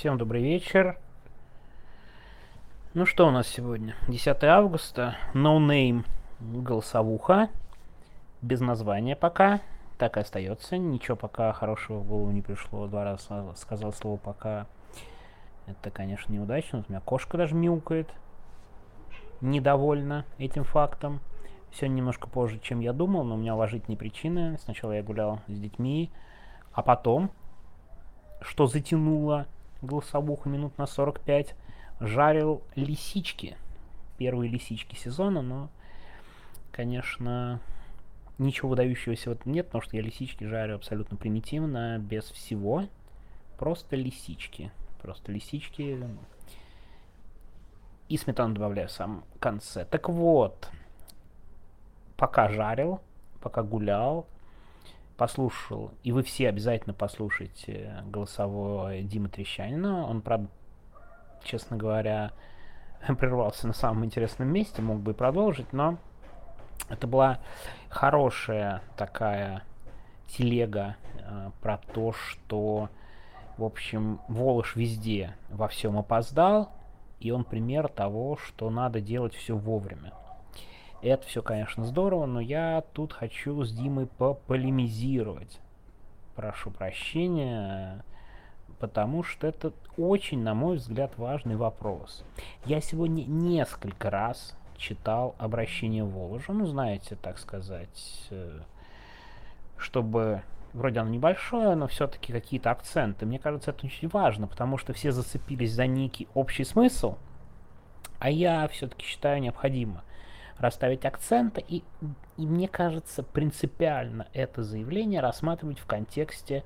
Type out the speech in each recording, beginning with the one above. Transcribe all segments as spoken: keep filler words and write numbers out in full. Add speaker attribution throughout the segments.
Speaker 1: Всем добрый вечер. Ну что у нас сегодня? десятое августа. No name. Голосовуха. Без названия пока. Так и остается. Ничего пока хорошего в голову не пришло. Два раза сказал слово пока. Это, конечно, неудачно. У меня кошка даже мяукает. Недовольна этим фактом. Сегодня немножко позже, чем я думал, но у меня уважительные причины. Сначала я гулял с детьми, а потом, что затянуло голосовуху минут на сорок пять, жарил лисички. Первые лисички сезона, но, конечно, ничего выдающегося в этом нет, потому что я лисички жарю абсолютно примитивно, без всего. Просто лисички. Просто лисички. И сметану добавляю в самом конце. Так вот, пока жарил, пока гулял, послушал, и вы все обязательно послушайте голосовое Димы Трещанина. Он, правда, честно говоря, прервался на самом интересном месте, мог бы и продолжить, но это была хорошая такая телега э, про то, что, в общем, Волош везде во всем опоздал, и он пример того, что надо делать все вовремя. Это все, конечно, здорово, но я тут хочу с Димой пополемизировать. Прошу прощения, потому что это очень, на мой взгляд, важный вопрос. Я сегодня несколько раз читал обращение Воложа, ну, знаете, так сказать, чтобы... Вроде оно небольшое, но все-таки какие-то акценты. Мне кажется, это очень важно, потому что все зацепились за некий общий смысл, а я все-таки считаю необходимо расставить акценты, и, и мне кажется, принципиально это заявление рассматривать в контексте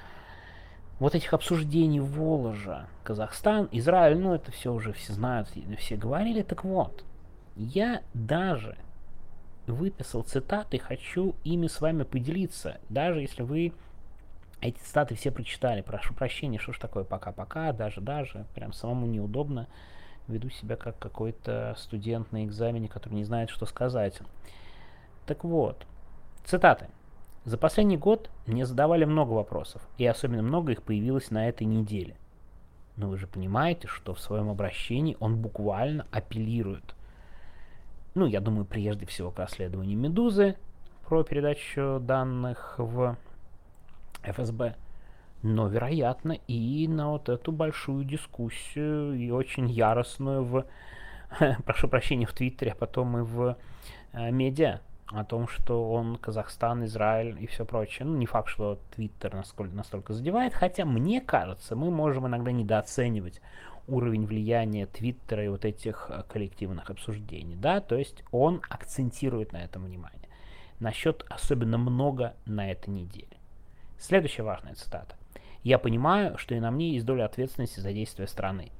Speaker 1: вот этих обсуждений Воложа. Казахстан, Израиль, ну это все уже все знают, все говорили. Так вот, я даже выписал цитаты, хочу ими с вами поделиться, даже если вы эти цитаты все прочитали. Прошу прощения, что ж такое пока-пока, даже-даже, прям самому неудобно. Веду себя как какой-то студент на экзамене, который не знает, что сказать. Так вот, цитаты. За последний год мне задавали много вопросов, и особенно много их появилось на этой неделе. Но вы же понимаете, что в своем обращении он буквально апеллирует. Ну, я думаю, прежде всего к расследованию «Медузы» про передачу данных в эф эс бэ, но, вероятно, и на вот эту большую дискуссию, и очень яростную в, прошу прощения, в Твиттере, а потом и в э, медиа, о том, что он Казахстан, Израиль и все прочее. Ну, не факт, что Твиттер насколько, настолько задевает, хотя, мне кажется, мы можем иногда недооценивать уровень влияния Твиттера и вот этих э, коллективных обсуждений, да, то есть он акцентирует на этом внимание. Насчет особенно много на этой неделе. Следующая важная цитата. «Я понимаю, что и на мне есть доля ответственности за действия страны».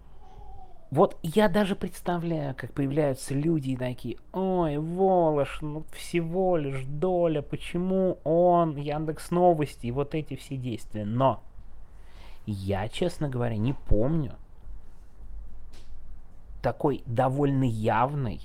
Speaker 1: Вот я даже представляю, как появляются люди и такие: ой, Волош, ну всего лишь доля, почему он, Яндекс.Новости и вот эти все действия. Но я, честно говоря, не помню такой довольно явной,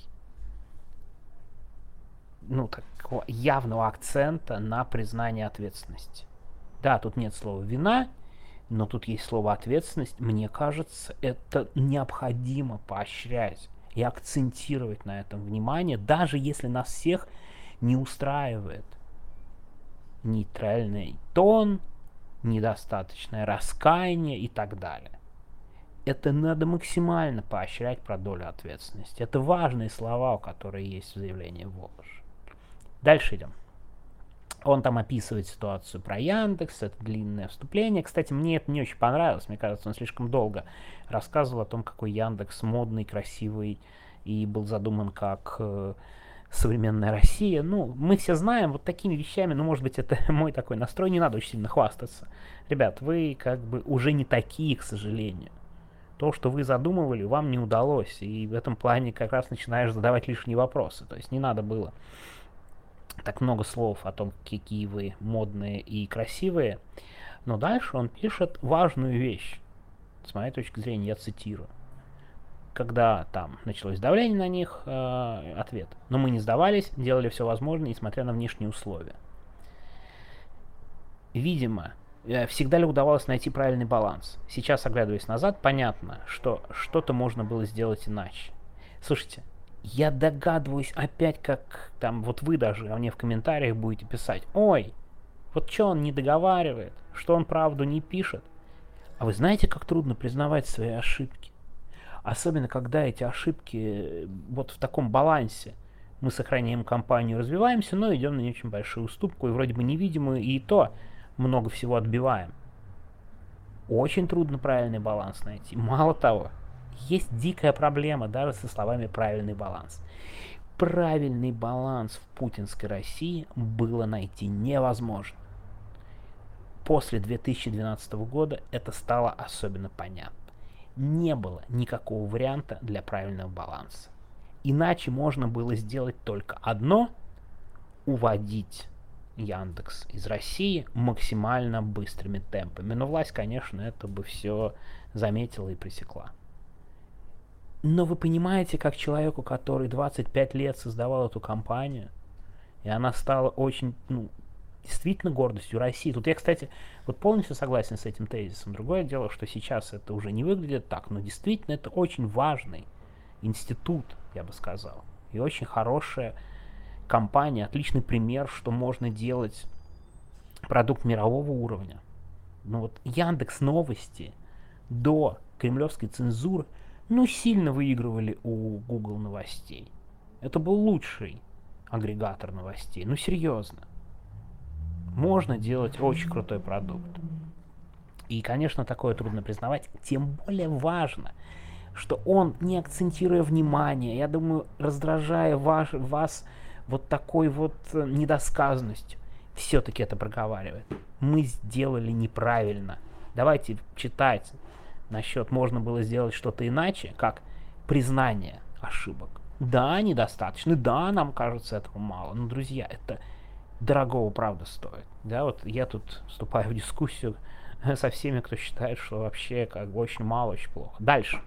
Speaker 1: ну, такого явного акцента на признание ответственности. Да, тут нет слова «вина», но тут есть слово «ответственность». Мне кажется, это необходимо поощрять и акцентировать на этом внимание, даже если нас всех не устраивает нейтральный тон, недостаточное раскаяние и так далее. Это надо максимально поощрять про долю ответственности. Это важные слова, которые есть в заявлении Воложа. Дальше идем. Он там описывает ситуацию про Яндекс, это длинное вступление. Кстати, мне это не очень понравилось. Мне кажется, он слишком долго рассказывал о том, какой Яндекс модный, красивый и был задуман как э, современная Россия. Ну, мы все знаем вот такими вещами, ну, может быть, это мой такой настрой, не надо очень сильно хвастаться. Ребят, вы как бы уже не такие, к сожалению. То, что вы задумывали, вам не удалось, и в этом плане как раз начинаешь задавать лишние вопросы. То есть не надо было так много слов о том, какие вы модные и красивые. Но дальше он пишет важную вещь. С моей точки зрения, я цитирую. Когда там началось давление на них, э, ответ. Но мы не сдавались, делали все возможное, несмотря на внешние условия. Видимо, Всегда ли удавалось найти правильный баланс? Сейчас, оглядываясь назад, понятно, что что-то можно было сделать иначе. Слушайте, я догадываюсь опять, как там вот вы даже а мне в комментариях будете писать: ой, вот что он не договаривает, что он правду не пишет. А вы знаете, как трудно признавать свои ошибки? Особенно, когда эти ошибки вот в таком балансе. Мы сохраняем компанию, развиваемся, но идем на не очень большую уступку, и вроде бы невидимую, и то много всего отбиваем. Очень трудно правильный баланс найти. Мало того, есть дикая проблема даже со словами «правильный баланс». Правильный баланс в путинской России было найти невозможно. После две тысячи двенадцатого года это стало особенно понятно. Не было никакого варианта для правильного баланса. Иначе можно было сделать только одно — уводить Яндекс из России максимально быстрыми темпами. Но власть, конечно, это бы все заметила и пресекла. Но вы понимаете, как человеку, который двадцать пять лет создавал эту компанию, и она стала очень, ну, действительно гордостью России. Тут я, кстати, вот полностью согласен с этим тезисом. Другое дело, что сейчас это уже не выглядит так, но действительно это очень важный институт, я бы сказал. И очень хорошая компания, отличный пример, что можно делать продукт мирового уровня. Ну вот Яндекс Новости до кремлевской цензуры, ну, сильно выигрывали у Google новостей. Это был лучший агрегатор новостей. Ну, серьезно. Можно делать очень крутой продукт. И, конечно, такое трудно признавать. Тем более важно, что он, не акцентируя внимание, я думаю, раздражая ваш, вас вот такой вот недосказанностью, все-таки это проговаривает. Мы сделали неправильно. Давайте читать насчет можно было сделать что-то иначе, как признание ошибок. Да, недостаточно, да, нам кажется этого мало, но, друзья, это дорогого, правда, стоит. Да, вот я тут вступаю в дискуссию со всеми, кто считает, что вообще как бы очень мало, очень плохо. Дальше.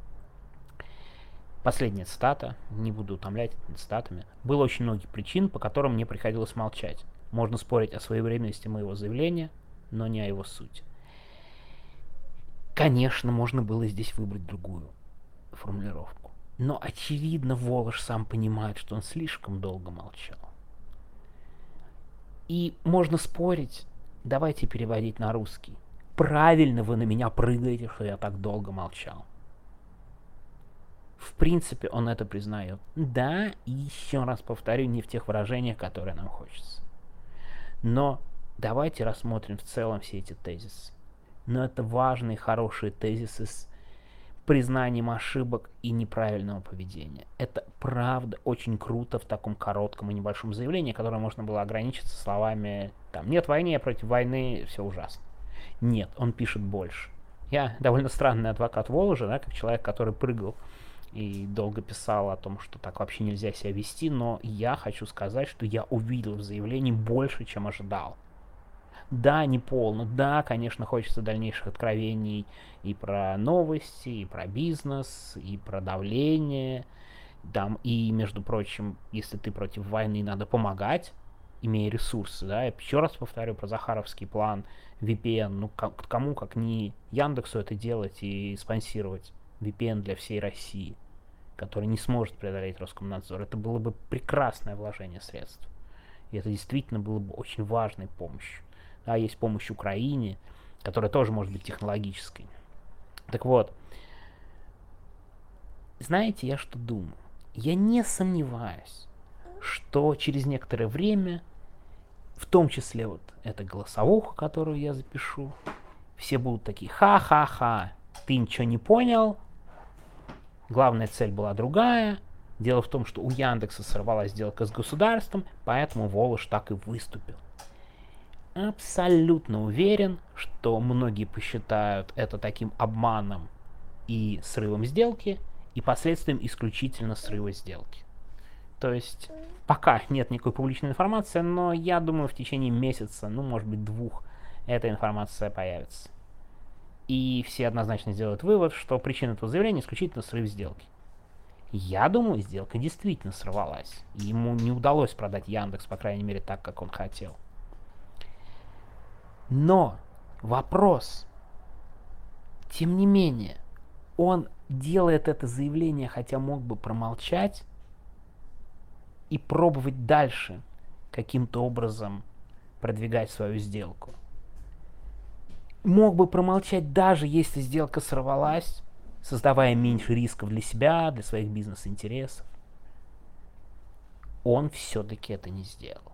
Speaker 1: Последняя цитата, не буду утомлять цитатами. Было очень много причин, по которым мне приходилось молчать. Можно спорить о своевременности моего заявления, но не о его сути. Конечно, можно было здесь выбрать другую формулировку. Но, очевидно, Волош сам понимает, что он слишком долго молчал. И можно спорить, давайте переводить на русский. Правильно вы на меня прыгаете, что я так долго молчал. В принципе, он это признает. Да, и еще раз повторю, не в тех выражениях, которые нам хочется. Но давайте рассмотрим в целом все эти тезисы. Но это важные, хорошие тезисы с признанием ошибок и неправильного поведения. Это правда очень круто в таком коротком и небольшом заявлении, которое можно было ограничиться словами там, «нет войны, я против войны, все ужасно». Нет, он пишет больше. Я довольно странный адвокат Воложа, да, как человек, который прыгал и долго писал о том, что так вообще нельзя себя вести, но я хочу сказать, что я увидел в заявлении больше, чем ожидал. Да, не полно, да, конечно, хочется дальнейших откровений и про новости, и про бизнес, и про давление, там, и, между прочим, если ты против войны, надо помогать, имея ресурсы, да, я еще раз повторю про захаровский план ви пи эн, ну, как, кому, как не Яндексу это делать и спонсировать ви пи эн для всей России, который не сможет преодолеть Роскомнадзор. Это было бы прекрасное вложение средств. И это действительно было бы очень важной помощью. Да, есть помощь Украине, которая тоже может быть технологической. Так вот, знаете, я что думаю? Я не сомневаюсь, что через некоторое время, в том числе вот эта голосовуха, которую я запишу, все будут такие: ха-ха-ха, ты ничего не понял, главная цель была другая. Дело в том, что у Яндекса сорвалась сделка с государством, поэтому Волош так и выступил. Абсолютно уверен, что многие посчитают это таким обманом и срывом сделки, и последствием исключительно срыва сделки. То есть пока нет никакой публичной информации, но я думаю, в течение месяца, ну, может быть, двух, эта информация появится. И все однозначно сделают вывод, что причина этого заявления исключительно срыв сделки. Я думаю, сделка действительно сорвалась. И ему не удалось продать Яндекс, по крайней мере, так, как он хотел. Но Вопрос. Тем не менее, он делает это заявление, хотя мог бы промолчать и пробовать дальше каким-то образом продвигать свою сделку. Мог бы промолчать даже если сделка сорвалась, создавая меньше рисков для себя, для своих бизнес-интересов. Он все-таки это не сделал.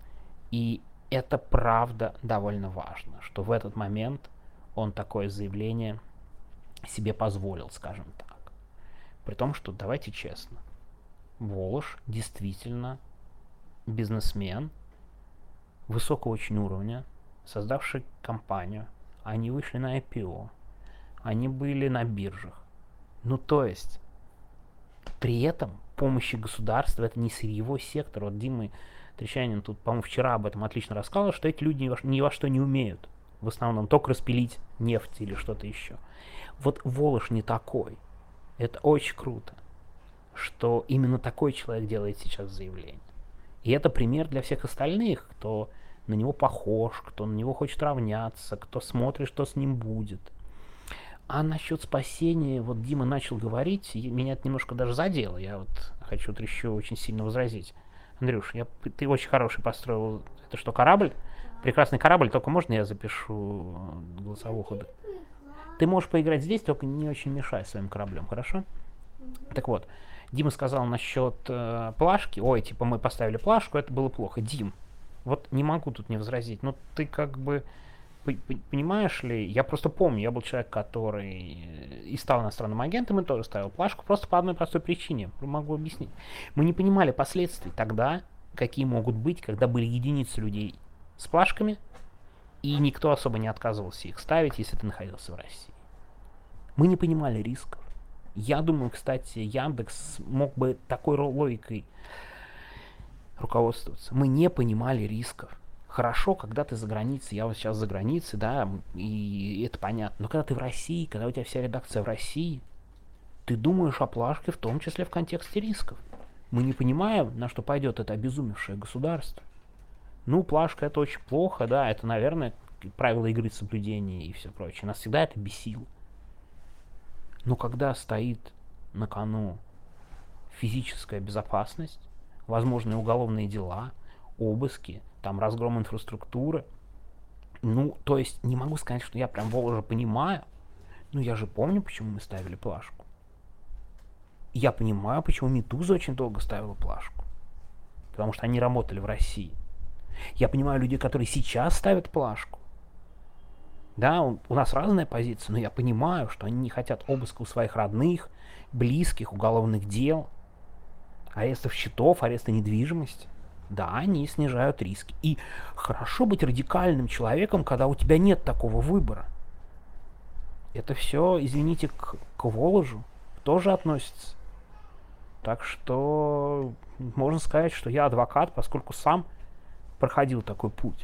Speaker 1: И это правда довольно важно, что в этот момент он такое заявление себе позволил, скажем так. При том, что, давайте честно, Волош действительно бизнесмен высокого очень уровня, создавший компанию. Они вышли на ай пи о, они были на биржах. Ну, то есть, при этом помощи государства, это не сырьевой сектор. Вот Дима Трещанин тут, по-моему, вчера об этом отлично рассказывал, что эти люди ни во, ни во что не умеют. В основном только распилить нефть или что-то еще. Вот Волош не такой. Это очень круто, что именно такой человек делает сейчас заявление. И это пример для всех остальных, кто на него похож, кто на него хочет равняться, кто смотрит, что с ним будет. А насчет спасения, вот Дима начал говорить, и меня это немножко даже задело. Я вот хочу вот еще очень сильно возразить. Андрюш, я, ты очень хороший построил. Это что, корабль? Прекрасный корабль, только можно я запишу голосовуху? Ты можешь поиграть здесь, только не очень мешай своим кораблем, хорошо? Так вот, Дима сказал насчет э, плашки. Ой, типа мы поставили плашку, это было плохо. Дим, вот не могу тут не возразить. Но ты как бы, понимаешь ли, я просто помню, я был человек, который и стал иностранным агентом, и тоже ставил плашку, просто по одной простой причине. Могу объяснить. Мы не понимали последствий тогда, какие могут быть, когда были единицы людей с плашками, и никто особо не отказывался их ставить, если ты находился в России. Мы не понимали рисков. Я думаю, кстати, Яндекс мог бы такой логикой руководствоваться. Мы не понимали рисков. Хорошо, когда ты за границей, я вот сейчас за границей, да, и это понятно. Но когда ты в России, когда у тебя вся редакция в России, ты думаешь о плашке, в том числе в контексте рисков. Мы не понимаем, на что пойдет это обезумевшее государство. Ну, плашка — это очень плохо, да, это, наверное, правила игры соблюдения и все прочее. Нас всегда это бесило. Но когда стоит на кону физическая безопасность, возможные уголовные дела, обыски, там разгром инфраструктуры, ну, то есть не могу сказать, что я прям Воложа понимаю, но я же помню, почему мы ставили плашку. Я понимаю, почему Медуза очень долго ставила плашку. Потому что они работали в России. Я понимаю людей, которые сейчас ставят плашку. Да, у, у нас разная позиция, но я понимаю, что они не хотят обыска у своих родных, близких, уголовных дел, арестов счетов, ареста недвижимости. Да, они снижают риски. И хорошо быть радикальным человеком, когда у тебя нет такого выбора. Это все, извините, к, к Воложу тоже относится. Так что можно сказать, что я адвокат, поскольку сам проходил такой путь.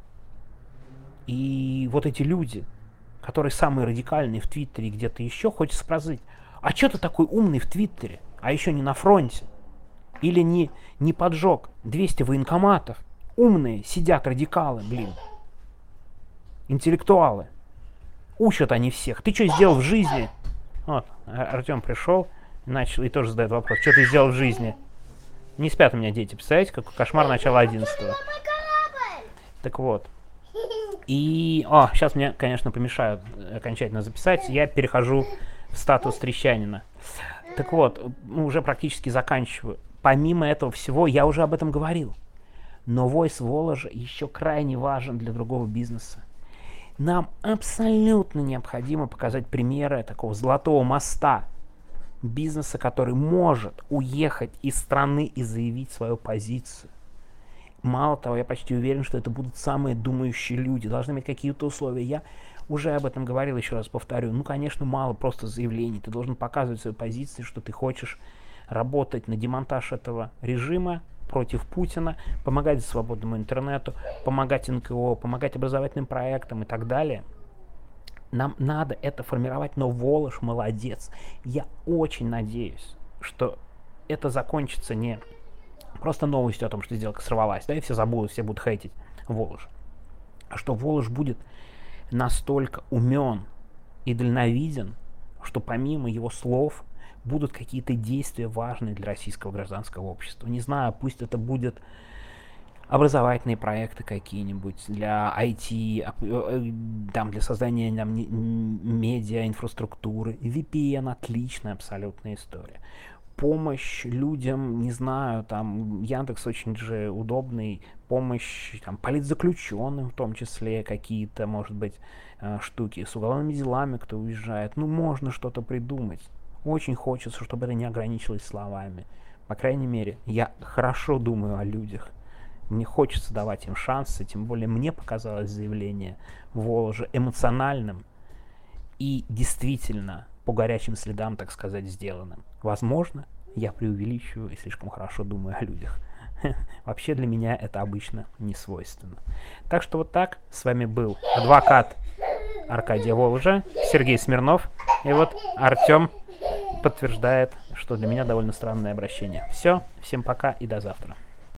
Speaker 1: И вот эти люди, которые самые радикальные в Твиттере и где-то еще, хочется спросить, а что ты такой умный в Твиттере, а еще не на фронте? Или не, не поджег двести военкоматов? Умные сидят радикалы, блин. Интеллектуалы. Учат они всех. Ты что сделал в жизни? Вот, Артем пришел, начал и тоже задает вопрос. Что ты сделал в жизни? Не спят у меня дети, представляете, какой кошмар начала одиннадцатого. Так вот. И, о, сейчас мне, конечно, помешают окончательно записать. Я перехожу в статус Трещанина. Так вот, уже практически заканчиваю. Помимо этого всего, я уже об этом говорил. Но Voice Воложа еще крайне важен для другого бизнеса. Нам абсолютно необходимо показать примеры такого золотого моста бизнеса, который может уехать из страны и заявить свою позицию. Мало того, я почти уверен, что это будут самые думающие люди. Должны иметь какие-то условия. Я уже об этом говорил, еще раз повторю. Ну, конечно, мало просто заявлений. Ты должен показывать свою позицию, что ты хочешь работать на демонтаж этого режима против Путина, помогать свободному интернету, помогать эн ка о, помогать образовательным проектам и так далее. Нам надо это формировать, но Волож молодец. Я очень надеюсь, что это закончится не просто новостью о том, что сделка сорвалась, да, и все забудут, все будут хейтить Волож. А что Волож будет настолько умен и дальновиден, что помимо его слов будут какие-то действия важные для российского гражданского общества. Не знаю, пусть это будет образовательные проекты какие-нибудь для ай ти, там, для создания там, медиа, инфраструктуры. ви пи эн отличная абсолютная история. Помощь людям, не знаю, там Яндекс очень же удобный, помощь там политзаключенным в том числе, какие-то, может быть, штуки с уголовными делами, кто уезжает. Ну, можно что-то придумать. Очень хочется, чтобы это не ограничилось словами. По крайней мере, я хорошо думаю о людях. Мне хочется давать им шансы, тем более мне показалось заявление Воложа эмоциональным и действительно по горячим следам, так сказать, сделанным. Возможно, я преувеличиваю и слишком хорошо думаю о людях. Вообще для меня это обычно не свойственно. Так что вот так. С вами был адвокат Аркадия Воложа, Сергей Смирнов. И вот Артем подтверждает, что для меня довольно странное обращение. Все, всем пока и до завтра.